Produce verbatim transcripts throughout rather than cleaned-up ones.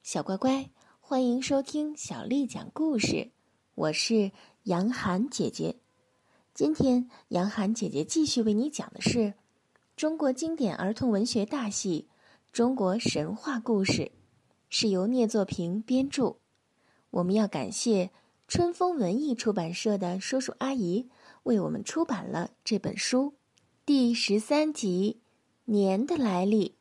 小乖乖，欢迎收听小丽讲故事，我是杨涵姐姐。今天杨涵姐姐继续为你讲的是中国经典儿童文学大戏《中国神话故事》，是由聂作平编著。我们要感谢春风文艺出版社的叔叔阿姨为我们出版了这本书。第十三集，年的来历。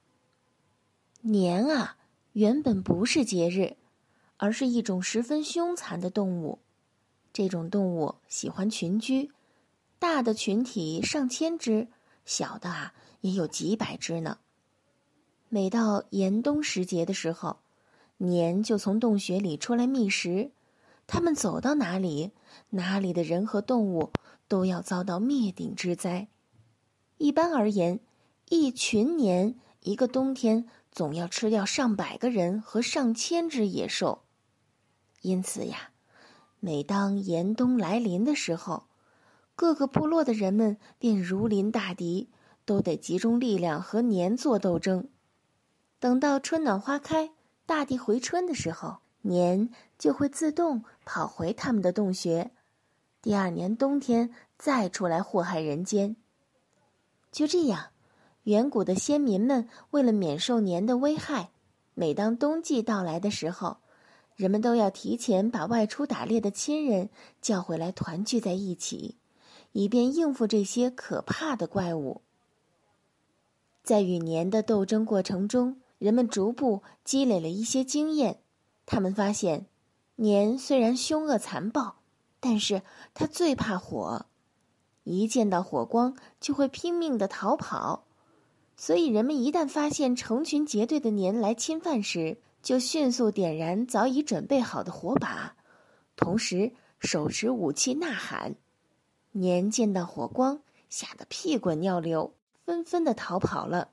年啊，原本不是节日，而是一种十分凶残的动物。这种动物喜欢群居，大的群体上千只，小的啊也有几百只呢。每到严冬时节的时候，年就从洞穴里出来觅食，它们走到哪里，哪里的人和动物都要遭到灭顶之灾。一般而言，一群年一个冬天总要吃掉上百个人和上千只野兽。因此呀，每当严冬来临的时候，各个部落的人们便如临大敌，都得集中力量和年做斗争。等到春暖花开，大地回春的时候，年就会自动跑回他们的洞穴，第二年冬天再出来祸害人间。就这样，远古的先民们为了免受年的危害，每当冬季到来的时候，人们都要提前把外出打猎的亲人叫回来团聚在一起，以便应付这些可怕的怪物。在与年的斗争过程中，人们逐步积累了一些经验。他们发现，年虽然凶恶残暴，但是它最怕火，一见到火光就会拼命地逃跑。所以人们一旦发现成群结队的年来侵犯时，就迅速点燃早已准备好的火把，同时手持武器呐喊。年见到火光，吓得屁滚尿流，纷纷地逃跑了。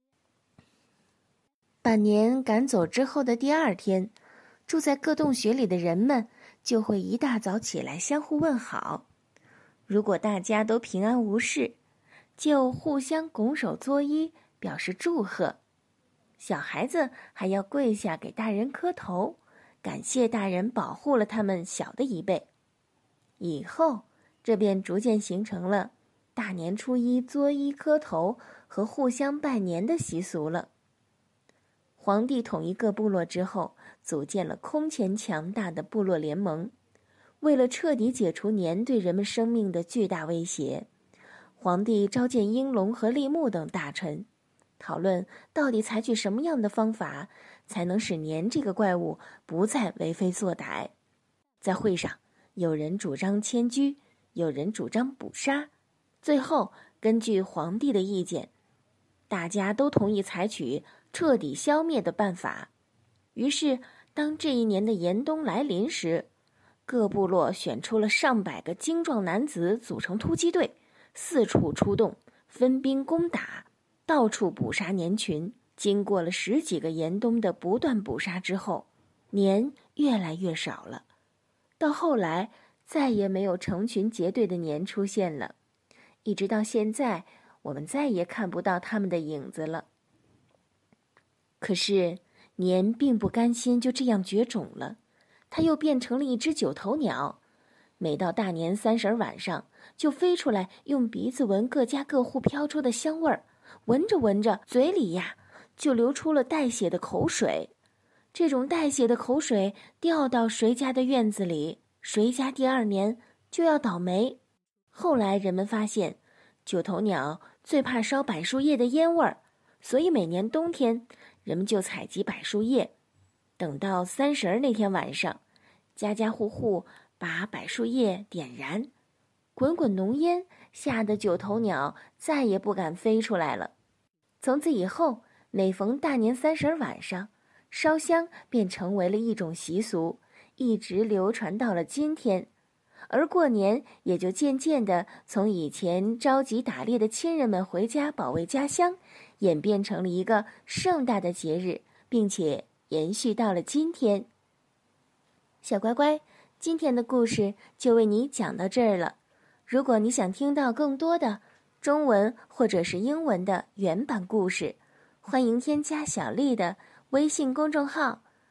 把年赶走之后的第二天，住在各洞穴里的人们就会一大早起来相互问好。如果大家都平安无事，就互相拱手作揖，表示祝贺。小孩子还要跪下给大人磕头，感谢大人保护了他们小的一辈。以后，这便逐渐形成了大年初一作揖磕头和互相拜年的习俗了。皇帝统一各部落之后，组建了空前强大的部落联盟。为了彻底解除年对人们生命的巨大威胁，皇帝召见英龙和利木等大臣，讨论到底采取什么样的方法才能使年这个怪物不再为非作歹。在会上，有人主张迁居，有人主张捕杀。最后，根据皇帝的意见，大家都同意采取彻底消灭的办法。于是，当这一年的严冬来临时，各部落选出了上百个精壮男子组成突击队，四处出动，分兵攻打，到处捕杀年群。经过了十几个严冬的不断捕杀之后，年越来越少了。到后来，再也没有成群结队的年出现了。一直到现在，我们再也看不到他们的影子了。可是，年并不甘心就这样绝种了，它又变成了一只九头鸟。每到大年三十晚上，就飞出来，用鼻子闻各家各户飘出的香味儿，闻着闻着，嘴里呀就流出了带血的口水。这种带血的口水掉到谁家的院子里，谁家第二年就要倒霉。后来人们发现，九头鸟最怕烧柏树叶的烟味儿，所以每年冬天，人们就采集柏树叶，等到三十儿那天晚上，家家户户把柏树叶点燃，滚滚浓烟吓得九头鸟再也不敢飞出来了。从此以后，每逢大年三十晚上，烧香便成为了一种习俗，一直流传到了今天。而过年也就渐渐地从以前召集打猎的亲人们回家保卫家乡，演变成了一个盛大的节日，并且延续到了今天。小乖乖，今天的故事就为你讲到这儿了。如果你想听到更多的中文或者是英文的原版故事，欢迎添加小丽的微信公众号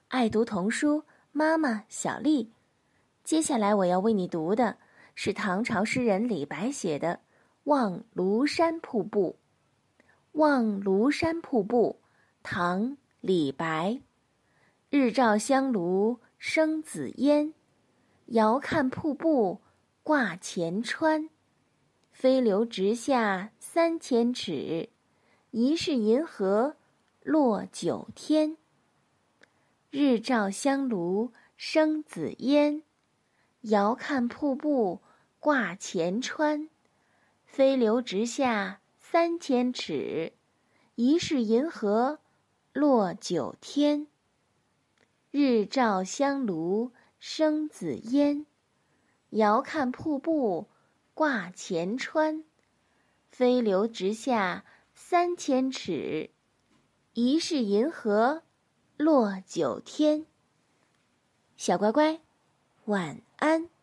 爱读童书妈妈小丽。接下来我要为你读的是唐朝诗人李白写的《望庐山瀑布》。望庐山瀑布，唐·李白。日照香炉生紫烟，遥看瀑布挂前川。飞流直下三千尺，疑是银河落九天。日照香炉生紫烟，遥看瀑布挂前川。飞流直下三千尺，疑是银河落九天。日照香炉生紫烟，遥看瀑布挂前川。飞流直下三千尺，疑是银河落九天。小乖乖，晚安。